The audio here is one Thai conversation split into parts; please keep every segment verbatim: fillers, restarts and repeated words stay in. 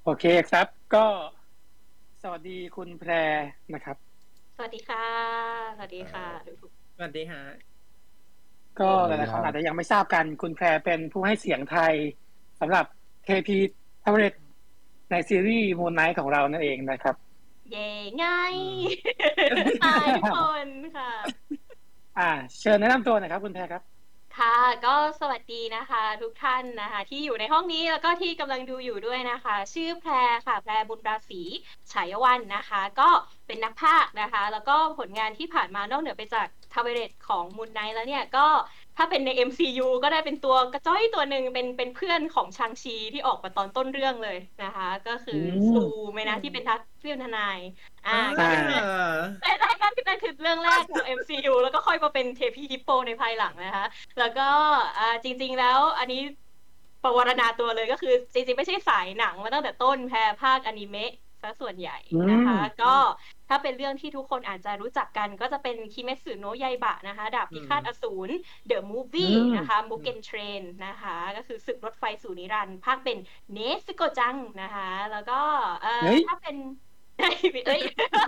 โอเคครับก็สวัสดีคุณแพรนะครับสวัสดีค่ะสวัสดีค่ะทุกสวัสดีฮะก็สหลายๆคนวัสดีครับอาจจะยังไม่ทราบกันคุณแพรเป็นผู้ให้เสียงไทยสำหรับ เค พี t a b l e t ในซีรีส์ Moon Knight ของเรานั่นเองนะครับๆเย่ไงอืมฮายทุกคนค่ะอ่าเชิญแนะนำตัวหน่อยครับคุณแพรครับค่ะก็สวัสดีนะคะทุกท่านนะคะที่อยู่ในห้องนี้แล้วก็ที่กำลังดูอยู่ด้วยนะคะชื่อแพรค่ะแพรบุญราศีฉายวันนะคะก็เป็นนักพากย์นะคะแล้วก็ผลงานที่ผ่านมานอกเหนือไปจากทาวเวเรตของมูนไนท์แล้วเนี่ยก็ถ้าเป็นใน เอ็ม ซี ยู ก็ได้เป็นตัวกระจ้อยตัวหนึ่งเป็นเป็นเพื่อนของชางชีที่ออกมาตอนต้นเรื่องเลยนะคะก็คือือมซูไหมนะที่เป็นทักเพื่อนทนายอ่าอ่ก็อ่าคือ แต่ได้นั่นคือนั่นคือเรื่องแรกของ เอ็ม ซี ยู แล้วก็ค่อยมาเป็นเทพีฮิปโปในภายหลังนะคะ แล้วก็อ่าจริงๆแล้วอันนี้ประวารณาตัวเลยก็คือจริงๆไม่ใช่สายหนังมาตั้งแต่ต้นแพรภาคอนิเมะซะส่วนใหญ่อืมนะคะก็ถ้าเป็นเรื่องที่ทุกคนอาจจะรู้จักกันก็จะเป็นคิเมสึโนะยาอิบะนะคะดาบอืมพิฆาตอสูร The อื Movie มนะคะอืม Mugen Train นะคะก็คือศึกรถไฟสู่นิรันดร์ภาคเป็นเนซึโกะจังนะคะแล้วก็เอ่อเฮ้ยถ้าเป็นเอ้ย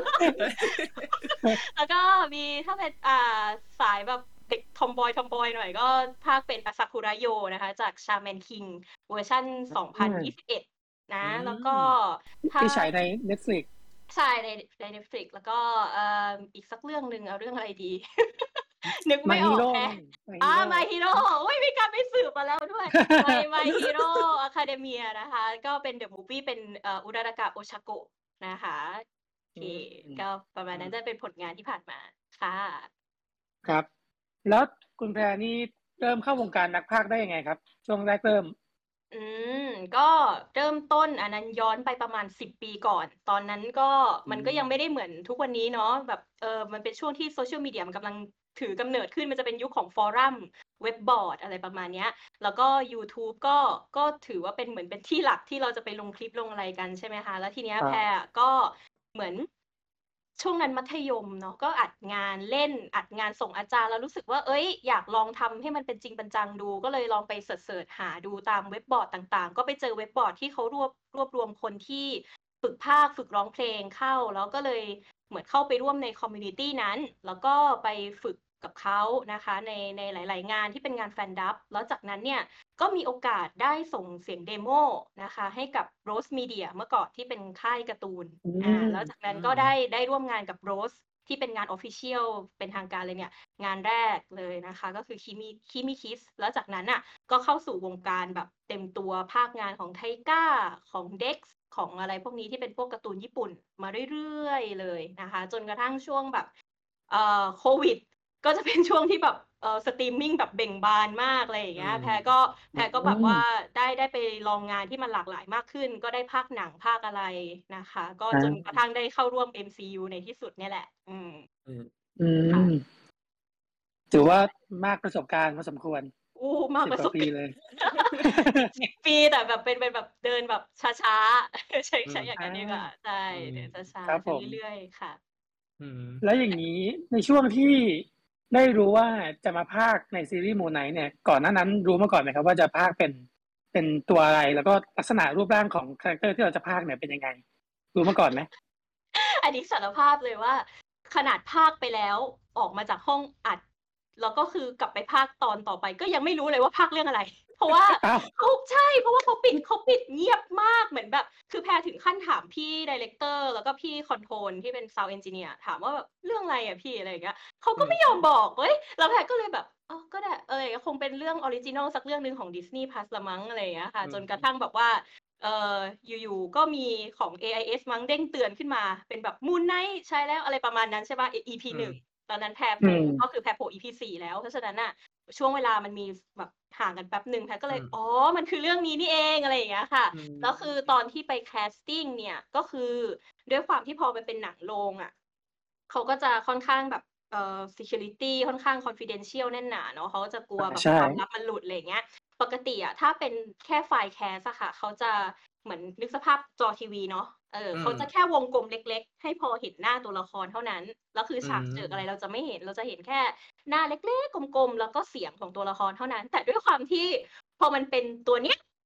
แล้วก็มีถ้าเป็นอ่าสายแบบเด็กทอมบอยทอมบอยหน่อยก็ภาคเป็นอาซากุระโยนะคะจากชาแมนคิงเวอร์ชันสองพันยี่สิบเอ็ดนะอืแล้วก็มถ้าที่ฉายใน Netflix ใช่ในใน Netflix แล้วก็เอ่ออีกสักเรื่องหนึ่งเอาเรื่องอะไรดี นึกไม่ My ออก Hero แฮะมั้ง My อ่า Hero My Hero อุ้ยมีการไปสืบมาแล้วด้วย My My Hero Academia นะคะก็เป็น The Movie เป็นเอ่ออุรารากะโอชาโกะนะคะโอเคอืมก็ประมาณอืมนั้นจะเป็นผลงานที่ผ่านมาค่ะครับแล้วคุณแพรนี่เริ่มเข้าวงการนักพากย์ได้ยังไงครับช่วงแรกเริ่มอืมก็เริ่มต้นอันนั้นย้อนไปประมาณสิบปีก่อนตอนนั้นก็อืมันก็ยังไม่ได้มเหมือนทุกวันนี้เนาะแบบเออมันเป็นช่วงที่ Social Media มันกำลังถือกำเนิดขึ้นมันจะเป็นยุคของฟอรัมเว็บบอร์ดอะไรประมาณเนี้ยแล้วก็ยูทูบก็ก็ถือว่าเป็นเหมือนเป็นที่หลักที่เราจะไปลงคลิปลงอะไรกันใช่ไหมคะแล้วทีเนี้ยแพรครับอะก็เหมือนช่วงนั้นมัธยมเนาะก็อัดงานเล่นอัดงานส่งอาจารย์แล้วรู้สึกว่าเอ้ยอยากลองทำให้มันเป็นจริงเป็นจังดูก็เลยลองไปเสิร์ชๆหาดูตามเว็บบอร์ดต่างๆก็ไปเจอเว็บบอร์ดที่เขารวบรวบรวมคนที่ฝึกพากย์ฝึกร้องเพลงเข้าแล้วก็เลยเหมือนเข้าไปร่วมในคอมมิวนิตีนั้นแล้วก็ไปฝึกกับเขานะคะในในหลายๆงานที่เป็นงานแฟนดับแล้วจากนั้นเนี่ยก็มีโอกาสได้ส่งเสียงเดโมนะคะให้กับ Rose Media เมื่อก่อนที่เป็นค่ายการ์ตูนอือ่ามแล้วจากอืนั้นก็มได้ได้ร่วมงานกับ Rose ที่เป็นงาน Official เป็นทางการเลยเนี่ยงานแรกเลยนะคะก็คือ Kimi Kimi Kiss แล้วจากนั้นน่ะก็เข้าสู่วงการแบบเต็มตัวภาคงานของ Taiga ของ Dex ของอะไรพวกนี้ที่เป็นพวกการ์ตูนญี่ปุ่นมาเรื่อยๆเลยนะคะจนกระทั่งช่วงแบบเอ่อโควิดก็จะเป็นช่วงที่แบบเอ่อสตรีมมิงแบบเบ่งบานมากอะไรอย่างอืเงี้ยแพรมก็แพอืรก็แบบว่ามได้ได้ไปลองงานที่มันหลากหลายมากขึ้นก็ได้พากย์หนังพากย์อะไรนะคะก็อ่จนกระาทั่งได้เข้าร่วม เอ็ม ซี ยู ในที่สุดเนี่ยแหละอืมอืมอืค่ะมถือว่าใช่มากประสบการณ์พอสมควรอู้มากสิบประสบการณ์กว่าปีเลยสิบปีแต่แบบเป็นเป็นแบบเดินแบบช้าๆใช้อืมใช้อย่างอ่านั้นดีกว่าใช่อืมเดินช้าๆไปครับผมเรื่อยๆค่ะอืมแล้วอย่างนี้ในช่วงที่ได้รู้ว่าจะมาพากย์ในซีรีส์มูไนท์เนี่ยก่อนหน้านั้นรู้มาก่อนไหมครับว่าจะพากย์เป็นเป็นตัวอะไรแล้วก็ลักษณะรูปร่างของคาแรคเตอร์ที่เราจะพากย์เนี่ยเป็นยังไงรู้มาก่อนไหมอันนี้สารภาพเลยว่าขนาดพากย์ไปแล้วออกมาจากห้องอัดแล้วก็คือกลับไปพากย์ตอนต่อไปก็ยังไม่รู้เลยว่าพากย์เรื่องอะไรเพราะว่าอ้าวเขาใช่เพราะว่าเขาปิดเขาปิดเงียบมากเหมือนแบบคือแพรถึงขั้นถามพี่ไดเรกเตอร์แล้วก็พี่คอนโทรลที่เป็นซาวด์เอนจิเนียร์ถามว่าแบบเรื่องอะไรอะพี่อะไรอย่างเงี้ยเขาอืมก็ไม่ยอมบอกเว้ยแล้วแพรก็เลยแบบอ๋อก็ได้อะไรอย่างเงี้ยคงเป็นเรื่องออริจินัลสักเรื่องหนึ่งของ Disney Plus ละมั้งอะไรอย่างเงี้ยค่ะอืมจนกระทั่งแบบว่า เอ่ออยู่ๆก็มีของ เอ ไอ เอส มั้งเด้งเตือนขึ้นมาเป็นแบบ Moon Knight ใช่แล้วอะไรประมาณนั้นใช่เปล่า อี พีอืมหนึ่งตอนนั้นแพรอืโผล่มก็คือแพรโผล่ อี พี สี่แล้วเพราะฉะนั้นน่ะช่วงเวลามันมีสแบบห่างกันแป๊บหนึ่งแพรก็เลยอืมอ๋อมันคือเรื่องนี้นี่เองอะไรอย่างเงี้ยค่ะอืมแล้วคือตอนที่ไป casting เนี่ยก็คือด้วยความที่พอมันเป็นหนังโรงอะเขาก็จะค่อนข้างแบบเอ่อ security ค่อนข้าง confidential แน่นหนาเนาะเขาก็จะกลัวอ่าใช่แบบความลับมันหลุดอะไรอย่างเงี้ย ปกติอะถ้าเป็นแค่ไฟล์แคสอะค่ะเขาจะเหมือนนึกสภาพจอทีวีเนาะเอออืมเขาจะแค่วงกลมเล็กๆให้พอเห็นหน้าตัวละครเท่านั้นแล้วคืออืฉากเจิกอะไรมเราจะไม่เห็นเราจะเห็นแค่หน้าเล็กๆกลมๆแล้วก็เสียงของตัวละครเท่านั้นแต่ด้วยความที่พอมันเป็นตัวเนี้ย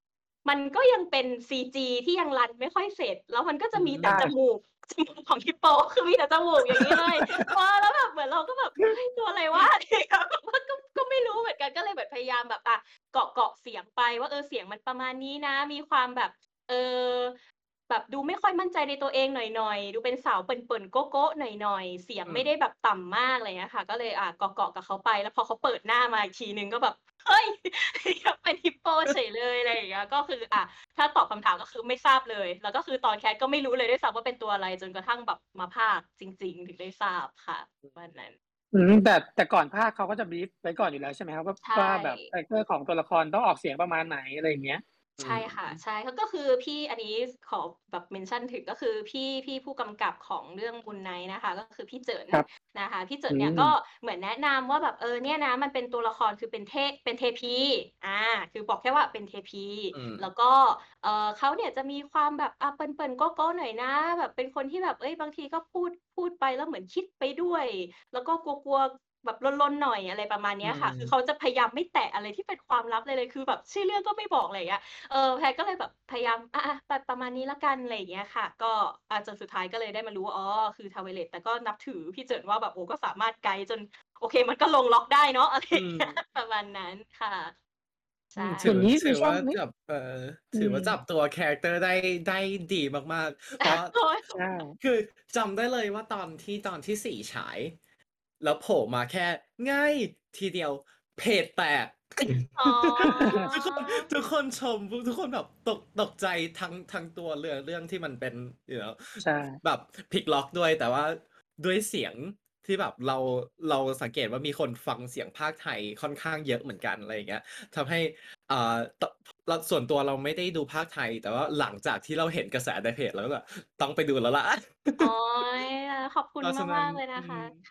มันก็ยังเป็น ซี จี ที่ยังรันไม่ค่อยเสร็จ แล้วมันก็อืจะมีแต่ใช่จมูก จมูก ของฮิปโป คือมีแต่จมูกอย่างงี้เลย เออ แล้วแบบเหมือนเราก็แบบ เฮ้ย ตัวอะไรวะ อะไรอย่างเงี้ย แบบว่าก็ ก็ไม่รู้เหมือนกัน ก็เลยแบบพยายามแบบ อะ เกาะ เกาะเสียงไปว่า เออ เสียงมันประมาณนี้นะ มีความแบบ เอ่อ แบบดูไม่ค่อยมั่นใจในตัวเองหน่อย ๆ ดูเป็นสาวเปิ่น ๆ โก๊ะ ๆ หน่อย ๆ เสียงอืมไม่ได้แบบต่ำมาก อะไรอย่างเงี้ยค่ะ ก็เลย อ่า เกาะ ๆ กับเขาไป แล้วพอเขาเปิดหน้ามาอีกทีหนึ่งก็แบบ เฮ้ย เป็นฮิปโปเฉยเลย อะไรอย่างเงี้ย ก็คือ อะ ถ้าตอบคำถามก็คือไม่ทราบเลย แล้วก็คือตอนแคสก็ไม่รู้เลยด้วยซ้ำว่าเป็นตัวอะไร จนกระทั่งแบบมาพากย์จริง ๆ ถึงได้ทราบค่ะ ประมาณนั้นอืม แต่ แต่ก่อนพากย์เขาก็จะ บรีฟ ไว้ก่อนอยู่แล้วใช่ไหมครับ? ว่าใชว่าแบบ่คาแรกเตอร์ของตัวละครต้องออกเสียงประมาณไหน อะไรอย่างเงี้ยอืใช่ค่ะมใช่ ก็ ก็คือพี่ อันนี้ขอแบบเมนชันถึง ก็คือพี่ พี่ผู้กำกับของเรื่อง Moon Knight นะคะ ก็คือพี่เจิ๋นครับนะคะ พี่เจิอื๋นเนี่ยก็มเหมือนแนะนำว่าแบบ เออ เนี่ยนะมันเป็นตัวละคร คือเป็นเทพ เป็นเทพี อา คือบอกแค่ว่าเป็นเทพีอืมแล้วก็ เอ่อ เขาเนี่ยจะมีความแบบ อะ เปิ่น ๆ โก๊ะ ๆ หน่อยนะ แบบเป็นคนที่แบบ เฮ้ย บางทีก็พูด พูดไปแล้วเหมือนคิดไปด้วย แล้วก็กลัว ๆ แบบลน ๆ หน่อย อะไรประมาณเอนืี้ยค่ะ คือมเขาจะพยายามไม่แตะอะไรที่เป็นความลับเลยเลย คือแบบชื่อเรื่องก็ไม่บอก อะไรอย่างเงี้ย เออ แพรก็เลยแบบพยายาม อะ ๆ ไปประมาณนี้แล้วกัน อะไรอย่างเงี้ยค่ะ ก็ อะ จนสุดท้ายก็เลยได้มารู้ว่า อ๋อ คือ Twilight แต่ก็นับถือพี่เจิ๋นว่าแบบ โอ้ ก็สามารถไกด์จน โอเค มันก็ลงล็อกได้เนาะ อะไรอือย่างเงี้ยมประมาณนั้นค่ะ ใชอืม ถือย่าองงี้ถใืนชอว่่อางนี้จับ เอ่ออถืือว่าจับมตัวคาแรกเตอร์ได้ ได้ดีมาก ๆ เพราะโอ๊ย ขใอชบคุณ่คือจำได้เลยว่าตอนที่ ตอนที่ สี่ ฉาย แล้วโผล่มาแค่ ไง ทีเดียว เพจแตกอ๋อทุกคน ทุกคนชม ทุก ทุกคนแบบตก ตกใจทั้ง ทั้งตัวเรือ เรื่องที่มันเป็น you know ใช่แบบพลิกล็อกด้วย แต่ว่าด้วยเสียงที่แบบเรา เราสังเกตว่ามีคนฟังเสียงพากย์ไทยค่อนข้างเยอะเหมือนกัน อะไรอย่างเงี้ย ทำให้ อ่า ต เรา ส่วนตัวเราไม่ได้ดูพากย์ไทย แต่ว่าหลังจากที่เราเห็นกระแสในเพจ เราก็แบบต้องไปดูแล้วล่ะโอ๊ย ขอบคุเณพราะฉะนั้มนาก ๆ เลยนอืะคะมค่ะ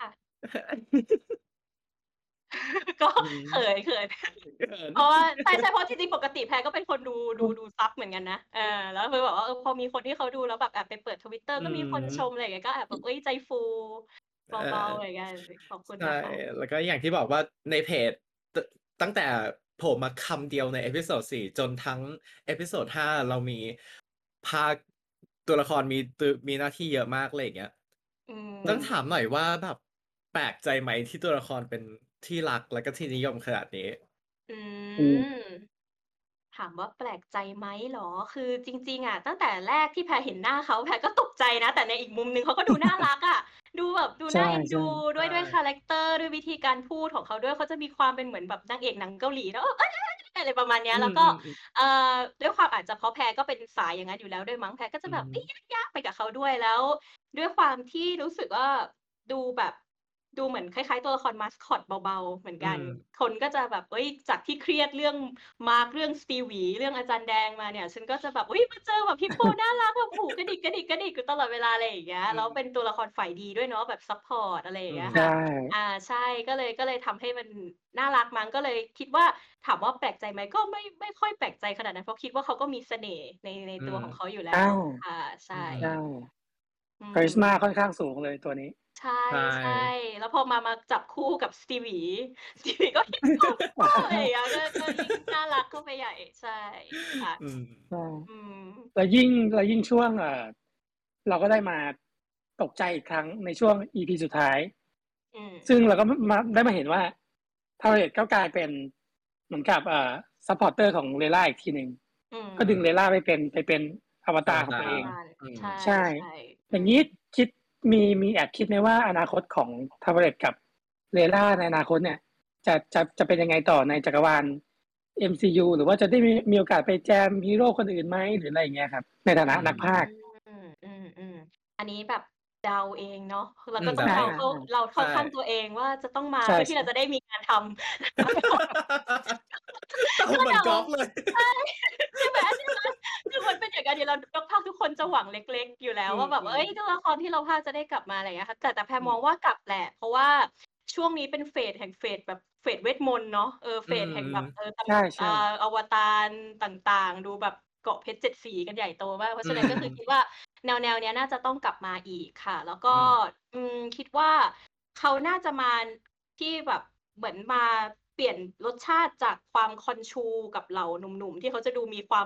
ก็อืมเขิน เขินเขินเพราะว่า ใช่ ๆ เพราะจริง ๆ ปกติแพรก็เป็นคนดูอดูืมดูซับเหมือนกันนะ เออ แล้วคือแบบว่า เออ พอมีคนที่เขาดูแล้วแบบแอบไปเปิด Twitter อืก็มีคนชมม อะไรอย่างเงี้ย ก็แอบแบบ เฮ้ย ใจฟูเออเบา ๆ เหมือนกัน ขอบคุณใช่นะคะแล้วก็อย่างที่บอกว่าในเพจ ต ตั้งแต่โผล่มาคำเดียวใน Episode สี่ จนทั้ง Episode ห้า เรามีพากย์ ตัวละครมี ต มีหน้าที่เยอะมาก อะไรอย่างเงี้ยอืต้องถามหน่อยมว่าแบบแปลกใจไหมที่ตัวละครเป็นที่รักและก็ที่นิยมขนาดนี้? อือืมม ถามว่าแปลกใจไหมเหรอ? คือจริง ๆ อะ ตั้งแต่แรกที่แพรเห็นหน้าเขา แพรก็ตกใจนะ แต่ในอีกมุมหนึ่งเขาก็ดูน่ารักอะ ดูแบบดูใชน่่าเอ็นดูๆด้วย ด้วยคใช่าแรกเตอร์ ด้วยวิธีการพูดของเขาด้วย เขาจะมีความเป็นเหมือนแบบนางเอกหนังเกาหลีเนาะ เอ๊ย อะไรประมาณเนี้อืย แล้วก็ม ๆ ๆเอ่อ ด้วยความอาจจะเพราะแพรก็เป็นสายอย่างงั้นอยู่แล้วด้วยมั้ง แพรก็จอืะแบบ เอ๊ยมยาก ๆ ไปกับเขาด้วย แล้วด้วยความที่รู้สึกว่า ดูแบบ ดูเหมือนคล้าย ๆ ตัวละคร mascot เบา ๆ เหมือนกันอืมคนก็จะแบบ เฮ้ย จากที่เครียดเรื่อง Mark เรื่อง Stewie เรื่องอาจารย์แดงมาเนี่ย ฉันก็จะแบบ อุ๊ย มาเจอแบบฮิปโปน่ารัก แบบหูกระดิก ๆ ๆ อยู่ตลอดเวลา อะไรอย่างเงี้ยอืแล้วเป็นมตัวละครฝ่ายดีด้วยเนาะ แบบซัปพอร์ต อะไรอย่อาืงเงี้ยใชค่ะ อ่า ใช่ ก็เลย ก็เลยทำให้มันน่ารักมั้ง ก็เลยคิดว่า ถามว่าแปลกใจไหม ก็ไม่ ไม่ค่อยแปลกใจขนาดนั้น เพราะคิดว่าเขาก็มีเสน่ห์ใน ในอืมตัวของเขาอยู่แลอ้าววค่ะ ใชอื่ใช่มอืคาริสมามค่อนข้างสูงเลยตัวนี้ใชใช่่ ๆ แล้วพอมา มาจับคู่กับ Stewie Stewie ก็ ฮิปโป ฮิปโป อะไรอย่างเงี้ย ก็ ก็ยิ่งน่ารักเข้าไปใหญ่ ใช่ค่ะอืมใช่อืมแล้วยิ่ง แล้วยิ่งช่วง เอ่อ เราก็ได้มาตกใจอีกครั้งในช่วง อี พี สุดท้ายอืมซึ่งเราก็ ม มา ได้มาเห็นว่า Twilight ก็กลายเป็นเหมือนกับ เอ่อ ซัปพอร์ตเตอร์ของ Layla อีกทีหนึ่งอืก็ดึงอืม Layla ไปเป็น ไปเป็นอวตอารวตของตัาวเอรงอืใชมใช่่ ๆออยื่างงี้มคิด มี มีแอบคิดไหมว่าอนาคตของ Twilight กับ Layla ในอนาคตเนี่ย จะ จะ จะเป็นยังไงต่อในจักรวาล เอ็ม ซี ยู หรือว่าจะได้มี มีโอกาสไปแจมฮีโรคนอื่นไหม หรืออะไรอย่างเงี้ยครับ ในฐาอืนะนักพากย์? มอืม ๆ ๆ อันนี้แบบเดาเองเนาะ คือเราอืม เดก็ต้อางเดอาาเองเข้าๆ ๆเราใเชข้าข้าง่ตัวเองว่าจะต้องมาใชเพื่อที่เรา่ ๆจะได้มีงานทำตอบเหมืก็เอดนาก๊อฟเลยใช่ ใช่ไหม ๆ คือมันเป็นอย่างงั้นอยู่แล้ว นักพากย์ทุกคนจะหวังเล็ก ๆ อยู่แล้อืวว่าแบบ เมฮ้ยๆตัวละครที่เราพากย์จะได้กลับมา อะไรอย่างเงี้ยค่ะ แต่ แต่แพรอืมมองว่ากลับแหละ เพราะว่าช่วงนี้เป็นเฟสแห่ง เฟสแบบ เฟสเวทมนต์เนาะ เอออืเฟสแห่งแบบมเออ ตใำชอ่า่ ๆอวตารต่าง ๆ ดูแบบเกาะเพชร เจ็ด สีกันใหญ่โตมาก เพราอืะฉะนั้นก็คือคิดมว่าแนว ๆ เนี้ยน่าจะต้องกลับมาอีกค่ะ แล้วก็อืมอืม คิดว่าเขาน่าจะมาที่แบบเหมือนมาเปลี่ยนรสชาติจากความคอนชูกับเหล่าหนุ่ม ๆ ที่เขาจะดูมีความแบบ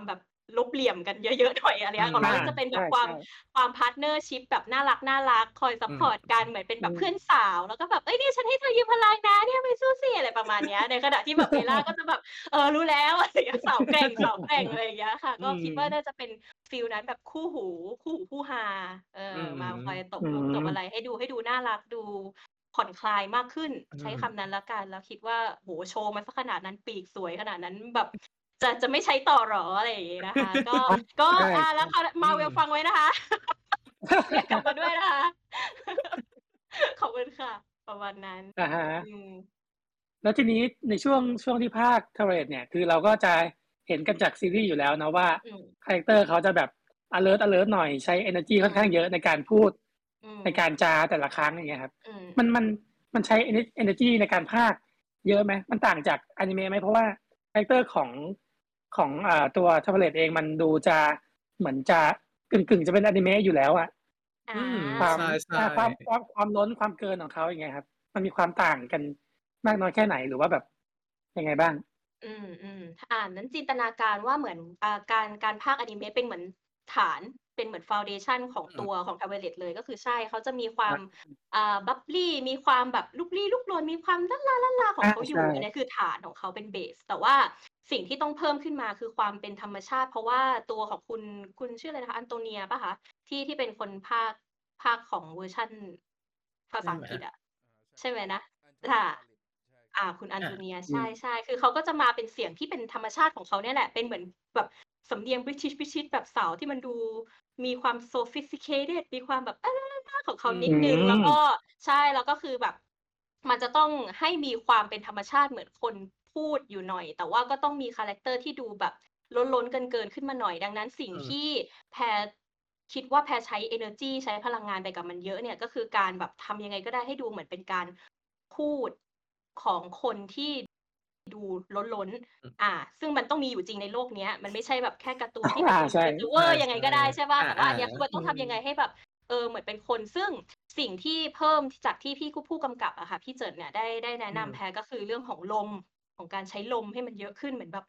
ลบเหลี่ยมกันเยอะๆหน่อยอะไรเงี้ยของเราก็จะเป็นแบบความความพาร์ตเนอร์ชิพแบบน่ารักน่ารักคอยซัพพอร์ตกันเหมือนเป็นแบบเพื่อนสาวแล้วก็แบบเอ้ยเนี่ยฉันให้เธอยืมพลังนะเนี่ยไปสู้สิอะไรประมาณเนี้ยในขณะที่แบบเบลล่าก็จะแบบเออรู้แล้วอะไรอย่างเงี้ยสาวแกร่งสาวแกร่งอะไรอย่างเงี้ยค่ะก็คิดว่าน่าจะเป็นฟีลนั้นแบบคู่หูคู่หูคู่ฮาเออมาคอยตบมุกตบอะไรให้ดูให้ดูน่ารักดูผ่อนคลายมากขึ้นใช้คำนั้นแล้วกันแล้วคิดว่าโหโชว์มาสักขนาดนั้นปีกสวยขนาดนั้นแบบจะจะไม่ใช้ต่อหรออะไรอย่างงี้นะคะก็ก็อ่าแล้วมาเวลฟังไว้นะคะเรียกกลับมาด้วยนะคะขอบคุณค่ะประมาณนั้นอ่าฮะแล้วทีนี้ในช่วงช่วงที่ภาคเทเรตเนี่ยคือเราก็จะเห็นกันจากซีรีส์อยู่แล้วนะว่าคาแรคเตอร์เขาจะแบบ alert alert หน่อยใช้ energy ค่อนข้างเยอะในการพูดในการจาแต่ละครั้งอย่างเงี้ยครับมันมันมันใช้ energy ในการพากย์เยอะไหมมันต่างจากอนิเมะไหมเพราะว่าคาแรคเตอร์ของของอ่าตัวเทเรตเองมันดูจะเหมือนจะกึ่งกึ่งจะเป็นอนิเมะอยู่แล้วอะความความความความล้นความเกินของเขาอย่างเงี้ยครับมันมีความต่างกันมากน้อยแค่ไหนหรือว่าแบบยังไงบ้างอืมอืมอ่านั้นจินตนาการว่าเหมือนอ่าการการพากย์อนิเมะเป็นเหมือนฐานเป็นเหมือน foundation ของตัวของ Twilight เลยก็คือใช่เขาจะมีความอ่า bubbly มีความแบบลุกลี้ลุกลนมีความลั้นๆๆของเขาอยู่อันนี้คือฐานของเขาเป็นเบสแต่ว่าสิ่งที่ต้องเพิ่มขึ้นมาคือความเป็นธรรมชาติเพราะว่าตัวของคุณคุณชื่ออะไรนะคะอันโตเนียเปล่าคะที่ที่เป็นคนพากย์พากย์ของเวอร์ชันภาษาอังกฤษอะใช่ไหมนะค่ะอ่าคุณอันโตเนียใช่ๆคือเขาก็จะมาเป็นเสียงที่เป็นธรรมชาติของเขาเนี่ยแหละเป็นเหมือนแบบสำเนียง British British แบบสาวที่มันดูมีความ sophisticated มีความแบบของเขานิดหนึ่งแล้วก็ใช่แล้วก็คือแบบมันจะต้องให้มีความเป็นธรรมชาติเหมือนคนพูดอยู่หน่อยแต่ว่าก็ต้องมีคาแรคเตอร์ที่ดูแบบล้นๆเกินๆขึ้นมาหน่อยดังนั้นสิ่งที่แพรคิดว่าแพรใช้เอเนอร์จีใช้พลังงานไปกับมันเยอะเนี่ยก็คือการแบบทำยังไงก็ได้ให้ดูเหมือนเป็นการพูดของคนที่ดูล้นๆอ่าซึ่งมันต้องมีอยู่จริงในโลกเนี้ยมันไม่ใช่แบบแค่การ์ตูนที่การ์ตูนจะเวอร์ยังไงก็ได้ใช่เปล่าแต่ว่าอันเนี้ยคือมันต้องทำยังไงให้แบบเออเหมือนเป็นคนซึ่งสิ่งที่เพิ่มจากที่พี่ผู้กำกับอะค่ะพี่เจิดเนี่ยได้ได้แนะนำแพรก็คือเรื่องของลมของการใช้ลมให้มันเยอะขึ้นเหมือนแบบ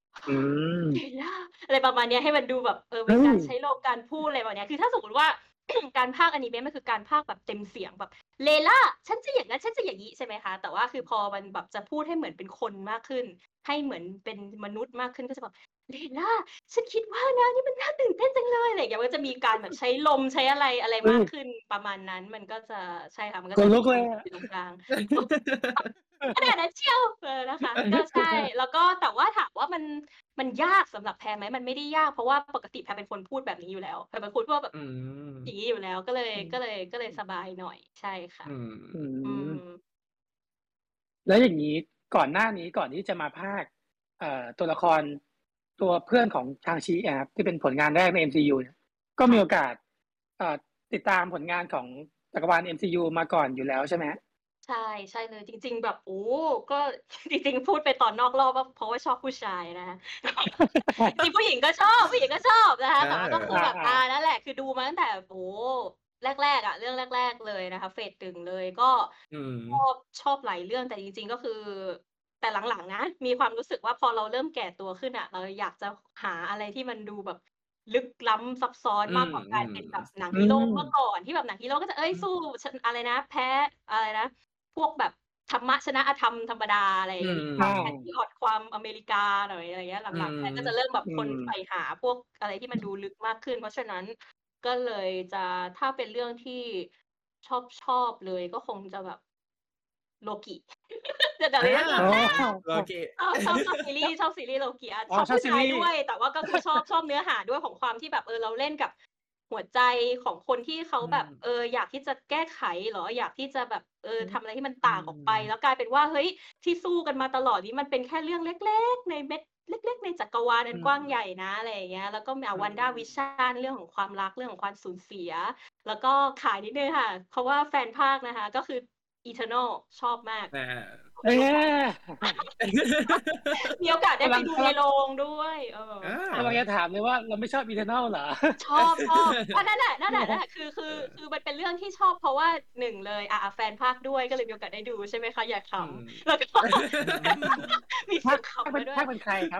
อะไรประมาณนี้ให้มันดูแบบเออเป็นการใช้ลมการพูดอะไรแบบนี้คือถ้าสมมติว่าการพากย์อนิเมะมันคือการพากย์แบบเต็มเสียงแบบเลล่าฉันจะอย่างนั้นฉันจะอย่างนี้ใช่ไหมคะแต่ว่าคือพอมันแบบจะพูดให้เหมือนเป็นคนมากขึ้นให้เหมือนเป็นมนุษย์มากขึ้นก็จะแบบเลล่าฉันคิดว่านะนี่มันน่าตื่นเต้นจังเลยอะไรอย่างเงี้ยมันก็จะมีการแบบใช้ลมใช้อะไรอะไรมากขึ้นประมาณนั้นมันก็จะใช่ค่ะมันก็จะลุกเลยอยู่ตรงกลางขนาดนั้นเชียวเออนะคะก็ใช่แล้วก็แต่ว่าถามว่ามันมันยากสำหรับแพรไหมมันไม่ได้ยากเพราะว่าปกติแพรเป็นคนพูดแบบนี้อยู่แล้วแพรเป็นคนพูดแบบอย่างนี้อยู่แล้วก็เลยก็เลยก็เลยสบายหน่อยใช่ค่ะอืมแล้วอย่างนี้ก่อนหน้านี้ก่อนที่จะมาพากย์เอ่อตัวละครตัวเพื่อนของชางชีครับที่เป็นผลงานแรกใน เอ็ม ซี ยู เนี่ยก็มีโอกาสเอ่อติดตามผลงานของจักรวาล เอ็ม ซี ยู มาก่อนอยู่แล้วใช่ไหมใช่ใช่เลยจริงๆแบบโอ้ก็จริงๆพูดไปตอนนอกรอบว่าเพราะว่าชอบผู้ชายนะคะจริงผู้หญิงก็ชอบผู้หญิงก็ชอบนะคะแต่ว่าก็คือแบบอ่านั่นแหละคือดูมาตั้งแต่โอ้แรกๆอ่ะเรื่องแรกๆเลยนะคะเฟสหนึ่งเลยก็ชอบชอบหลายเรื่องแต่จริงๆก็คือแต่หลังๆนะมีความรู้สึกว่าพอเราเริ่มแก่ตัวขึ้นอ่ะเราอยากจะหาอะไรที่มันดูแบบลึกล้ำซับซ้อนมากกว่าการเป็นแบบหนังฮีโร่เมื่อก่อนที่แบบหนังฮีโร่ก็จะเอ้ยสู้อะไรนะแพ้อะไรนะ พวกแบบธรรมะชนะอธรรมธรรมดาอะไรอย่างเงี้ยความแพตริอตความอเมริกาหน่อยอะไรเงี้ยหลังๆแพทก็จะเริ่มแบบคนใฝ่หาพวกอะไรที่มันดูลึกมากขึ้นเพราะฉะนั้นก็เลยจะถ้าเป็นเรื่องที่ชอบชอบเลยก็คงจะแบบโลกิแต่แต่เรื่องโลกิชอบชอบชอบซีรีส์ชอบซีรีส์โลกิอ่ะชอบผู้ชายด้วยแต่ว่าก็คือชอบชอบเนื้อหาด้วยของความที่แบบเออเราเล่นกับหัวใจของคนที่เขาแบบเอออยากที่จะแก้ไขเหรออยากที่จะแบบเออทำอะไรที่มันต่างออกไปแล้วกลายเป็นว่าเฮ้ยที่สู้กันมาตลอดนี้มันเป็นแค่เรื่องเล็กๆในเม็ดเล็กๆในจักรวาลอันกว้างใหญ่นะอะไรอย่างเงี้ยแล้วก็มี WandaVision เรื่องของความรักเรื่องของความสูญเสียแล้วก็ขายนิดนึงค่ะเพราะว่าแฟนภาคนะคะก็คือ Eternal ชอบมากเอ๊ะมีโอกาสได้ไปดูในโรงด้วยเออกำลังจะถามเลยว่าเราไม่ชอบ Eternal เหรอชอบชอบก็นั่นแหละนั่นแหละนั่นแหละคือคือคือมันเป็นเรื่องที่ชอบเพราะว่าหนึ่งเลยอ่ะแฟนภาคด้วยก็เลยมีโอกาสได้ดูใช่ไหมคะอยากขำแล้วก็มีเสียงขำมาด้วยภาคเป็นใครครับ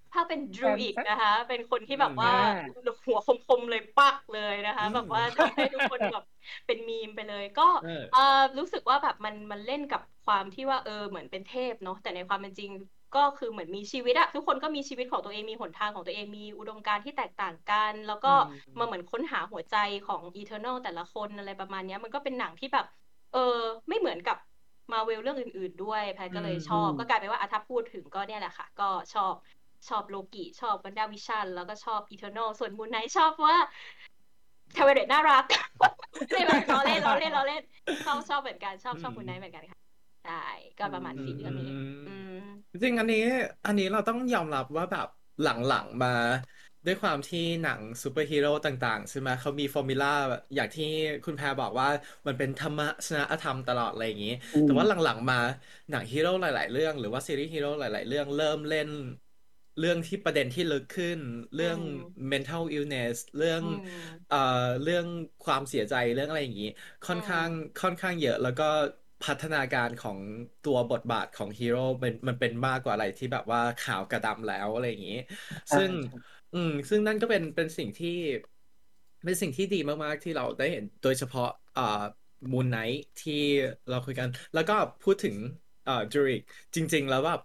ภาคเป็นดแฟรูนอิดแฟนนะคะ เป็นคนที่อืแบบมว่าอาหัวคม ๆ เลย ปัก เลยนะคอืะ แบบว่ามทำให้ทุกคนแบบเป็น meme ไปเลย ก็เออเอ่อ รู้สึกว่าแบบมัน มันเล่นกับความที่ว่า เออ เหมือนเป็นเทพเนาะ แต่ในความเป็นจริงก็คือเหมือนมีชีวิตอะ ทุกคนก็มีชีวิตของตัวเอง มีหนทางของตัวเอง มีอุดมการณ์ที่แตกต่างกัน แล้วอกื็มามเหมือนค้นหาหัวใจของ Eternal แต่ละคน อะไรประมาณเนี้ย มันก็เป็นหนังที่แบบ เออ ไม่เหมือนกับ Marvel เรื่องอื่น ๆ ด้วย แพทอืก็เลยชมอบอืมก็กลายเป็นว่า อะ ถ้าพูดถึงก็เนี่ยแหละค่ะ ก็ชอบ ชอบ Loki ชอบ WandaVision แล้วก็ชอบ Eternal ส่วน Moon Knight ชอบเพราะว่า Twilight น่ารัก ไม่ ๆ ล้อเล่น ๆ ๆ ชอบ ชอบเหมือนกัน ชอบอืชอบ Moon ม Knight เหมือนกันค่ะ ใช่ ก็อืประมาณมสี่ เรื่องนี้มอืมจริง ๆ อันนี้ อันนี้เราต้องยอมรับว่าแบบหลัง ๆ มา ด้วยความที่หนังซูเปอร์ฮีโรต่าง ๆ ใช่ไหม เขามี formula แบบอย่างที่คุณแพรบอกว่า มันเป็นธรรมะชนะอธรรมตลอด อะไรอย่างงี้อืแต่ว่ามหลัง ๆ มาหนังฮีโรหลาย ๆ เรื่อง หรือว่าซีรีส์ฮีโรหลาย ๆ เรื่อง เริ่มเล่นเรื่องที่ประเด็นที่ลึกขึ้นอเรืื่องม mental illness เรื่องอืมเอ่อ เรื่องความเสียใจ เรื่องอะไรอย่างงี้ คอื่อนข้างมค่อนข้างเยอะ แล้วก็พัฒนาการของตัวบทบาทของฮีโรเป็น มันเป็นมากกว่าอะไรที่แบบว่าขาวกับดำแล้ว อะไรอย่างงี้ใช่ซึ่งใช่อืม ซึ่งนั่นก็เป็น เป็นสิ่งที่ เป็นสิ่งที่ดีมาก ๆ ที่เราได้เห็น โดยเฉพาะ อ่า Moon Knight ที่เราคุยกัน แล้วก็พูดถึง เอ่อ Druid จริง ๆ แล้วแบบ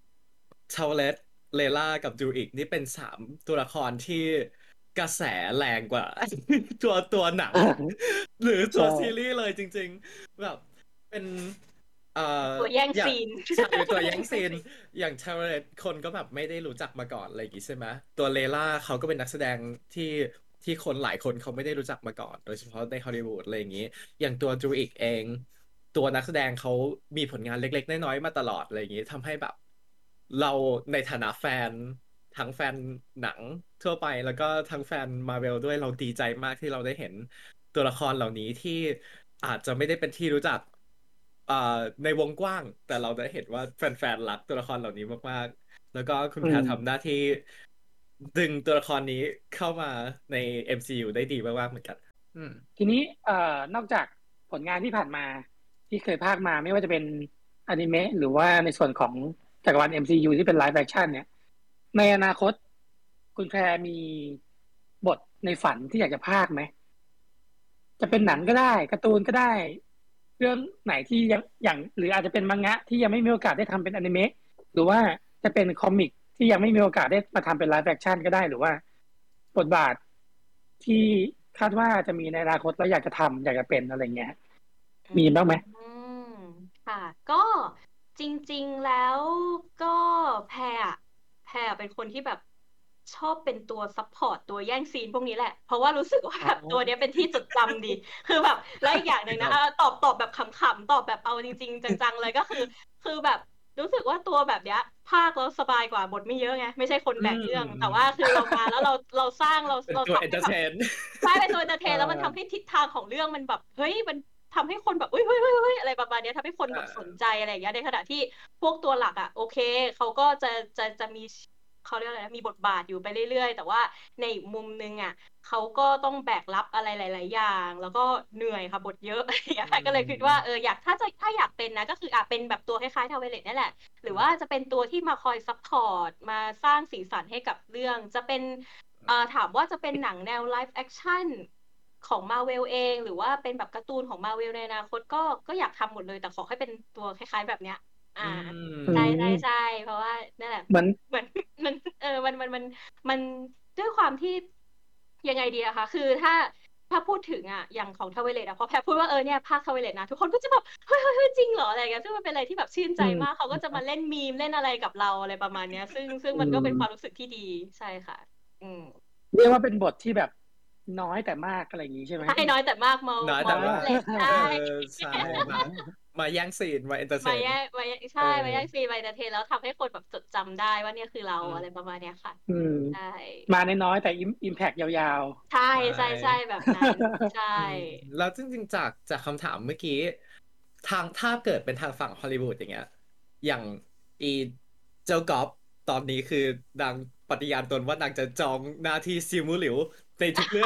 Taweret Layla กับ Druid นี่เป็น สาม ตัวละครที่กระแสแรงกว่า ตัว ตัวหนัง หรือใตชัวซี่รีส์เลยจริง ๆ แบบเป็น เอ่อตัวแย่งอย่ซางีนใช่ เป็นตัวแย่งซีน อย่าง Taweret คนก็แบบไม่ได้รู้จักมาก่อน อะไรอย่างงี้ ใช่ไหม ตัว Layla เขาก็เป็นนักแสดงที่ ที่คนหลายคนเขาไม่ได้รู้จักมาก่อน โดยเฉพาะในฮอลลีวูด อะไรอย่างงี้ อย่างตัว Druid เอง ตัวนักแสดงเขามีผลงานเล็ก ๆ น้อย ๆ มาตลอด อะไรอย่างงี้ ทำให้แบบเราในฐานะแฟน ทั้งแฟนหนังทั่วไป แล้วก็ทั้งแฟน Marvel ด้วย เราดีใจมากที่เราได้เห็นตัวละครเหล่านี้ที่อาจจะไม่ได้เป็นที่รู้จัก อ่า ในวงกว้าง แต่เราได้เห็นว่าแฟน ๆ รักตัวละครเหล่านี้มาก ๆ แล้วก็คุณอืแพรทำหมน้าที่ดึงตัวละครนี้เข้ามาใน เอ็ม ซี ยู ได้ดีมาก ๆ เหมือนกัน อืมทีนี้ เอ่อ นอกจากผลงานที่ผ่านมาที่เคยพากย์มา ไม่ว่าจะเป็นอนิเมะ หรือว่าในส่วนของจักรวาล เอ็ม ซี ยู ที่เป็น Live Action เนี่ย ในอนาคตคุณแพรมีบทในฝันที่อยากจะพากย์ไหม? จะเป็นหนังก็ได้ การ์ตูนก็ได้ เรื่องไหนที่ยัง อย่าง หรืออาจจะเป็น Manga ที่ยังไม่มีโอกาสได้ทำเป็นอนิเมะ หรือว่าจะเป็นคอมิกที่ยังไม่มีโอกาสได้มาทำเป็น Live Action ก็ได้ หรือว่าบทบาทที่คาดว่าจะมีในอนาคตแล้วอยากจะทำ อยากจะเป็น อะไรอย่างเงี้ยอืมีบ้างไหม? ม ค่ะ ก็จริง ๆ แล้วก็แพรอะ แพรอะเป็นคนที่แบบชอบเป็นตัวซัปพอร์ต ตัวแย่งซีนพวกนี้แหละ เพราะว่ารู้สึก ว่าอ๋แบบตัวเนี้ยเป็นที่จดจำดี คือแบบ แล้วอีกอย่างหนึ่งนะ เออ ตอบ ตอบแบบขำ ๆ ตอบแบบเอาจริง ๆ จัง ๆ เลย ก็คือ คือแบบรู้สึกว่าตัวแบบเนี้ยพากย์แล้วสบายกว่า บทไม่เยอะไง ไม่ใช่คนอืแบกเรื่อง แต่มว่าคือเรามาแล้วเรา เราสร้าง เราเป็นเราทตัวเำอนใเหท้อร์แบเทบนใช่ เป็นตัว เอนเตอร์เทเอน แล้วมันทำอให้ทิศทางของเรื่องมันแบบ เฮ้ย มันทำให้คนแบบ อุ๊ย ๆ ๆ ๆ อะไรประมาณเนี้ย ทำให้คนอแบบสนาใจ อะไรอย่างเงี้ย ในขณะที่พวกตัวหลักอะ โอเค เขาก็จะ จะ จะมี ช เขาเรียกว่าอะไรนะ มีบทบาทอยู่ไปเรื่อย ๆ แต่ว่าในอีกมุมหนึ่งอะเขาก็ต้องแบกรับอะไรหลาย ๆ อย่าง แล้วก็เหนื่อยค่ะ บทเยอะ อะไรอย่างเงี้อยืแพรก็เลยคิดว่ามเออ อยาก ถ้าจะ ถ้าอยากเป็นนะ ก็คือ อะ เป็นแบบตัวคล้าย ๆ Twilight เนี่ยแหละ หรือว่าจะเป็นตัวที่มาคอยซัปพอร์ต มาสร้างสีสันให้กับเรื่อง จะเป็น อ่า ถามว่าจะเป็นหนังแนว Live Action ของ Marvel เอง หรือว่าเป็นแบบการ์ตูนของ Marvel ในอนาคต ก็ ก็อยากทำหมดเลย แต่ขอให้เป็นตัวคล้าย ๆ แบบเนี้ย ออืาอืใมมช่ ๆ ๆ เพราะว่านั่นแหละเหมือนเหมือน มัน เออ มัน มัน มัน มัน ด้วยความที่ ยังไงดีอะคะ คือถ้า ถ้าพูดถึงอะ อย่างของ Twilight อะ พอแพรพูดว่า เออ เนี่ยพากย์ Twilight นะ ทุกคนก็จะแบบ เฮ้ย ๆ ๆ จริงเหรอ? อะไรอย่างเงี้ย ซึ่งมันเป็นอะไรที่แบบชื่นอใืจมมาก เขาก็จะมาเล่น meme เล่นอะไรกับเรา อะไรประมาณเนี้ย ซึ่ง ซึ่งอืมันก็เป็นความมรู้สึกที่ดี ใช่ค่ะ อืมเรียกว่าเป็นบทที่แบบน้อยแต่มาก อะไรอย่างงี้ใช่ไหม? ใช่ น้อยแต่มาก Mul น้อยแต่มาก Multiplex ใชอาเออ่ใช่ มา มาแย่งซีน มาเอนเทอร์เทมาแยน่ง มาแย่ง ใชเออ่ มาแย่งซีน มาเอนเทอร์เทน แล้วทำให้คนแบบจดจำได้ว่าเนี่ยคือเราอืมอะไรประมาณเนี้ยค่ะอืมใช่มาน้อย ๆ แต่ อิม อิมแพกยาวใช่ใช่ใช่ ๆ แบบนั้น ใช่อืม แล้วจริง ๆ จาก จากคำถามเมื่อกี้ ทาง ถ้าเกิดเป็นทางฝั่งฮอลลีวูด อย่างเงี้ย อย่างอีเจ้าก๊อบ ตอนนี้คือนางปฏิญาณตนว่านางจะจองหน้าที่ซิมูหลิวในทุกเรื่อง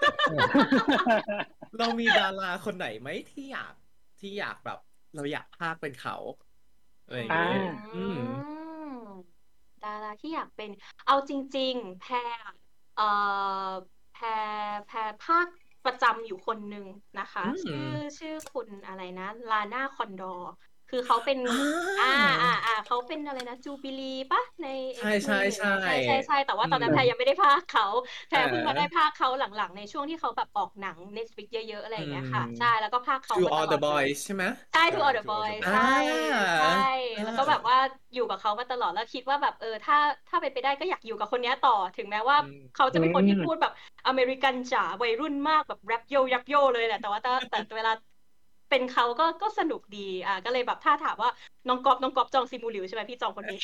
เรามีดาราคนไหนไหมที่อยาก ที่อยากแบบ เราอยากพากย์เป็นเขา อะไรอย่าองอืงี้าอืมืมดาราที่อยากเป็น เอาจริง ๆ แพรอะเอ่อ แพร แพรภาคประจำอยู่คนหนึ่งนะคะอืชื่อมชื่อคุณอะไรนะ Lana Condor คือเขาเป็นอาอา ๆ ๆ เขาเป็นอะไรนะ Jubilee เปล่า ในใช X-Men อย่างเงี้ย ใๆช่ ๆ ๆ แต่ๆวอ่ืาตอนนั้นแพรยัมงไม่ได้พากย์เขา แพอรเพิ่งมาได้าพากย์เขาหลัง ๆ ในช่วงที่เขาแบบออกหนัง Netflix เยอะ ๆ อะไรอือย่างเงี้ยมค่ะ ใช่ แล้วก็พากย์เขา To มาต All ลอ the ดเลย Boys ใช่ไหม? ใช่ใช่ To All the To All the Boys อาใช่ ใช่เอแล้วก็แบบอว่าอยู่กับเขามาตลอด แล้วคิดว่าแบบ เออ ถ้า ถ้าเป็นไปได้ก็อยากอยู่กับคนเนี้ยต่อ ถึงแม้ว่าอืมเขาอจะเป็นคนที่พูืมดแบบอเมริกันจ๋า วัยรุ่นมาก แบบแรปโย่ยักโย่เลยแหละ แต่ว่า แต่ แต่เวลาเป็นเขาก็ ก็สนุกดี อ่า ก็เลยแบบถ้าถามว่าน้องก๊อฟ น้องก๊อฟจองซิมูหลิวใช่ไหม? พี่จองคนนี้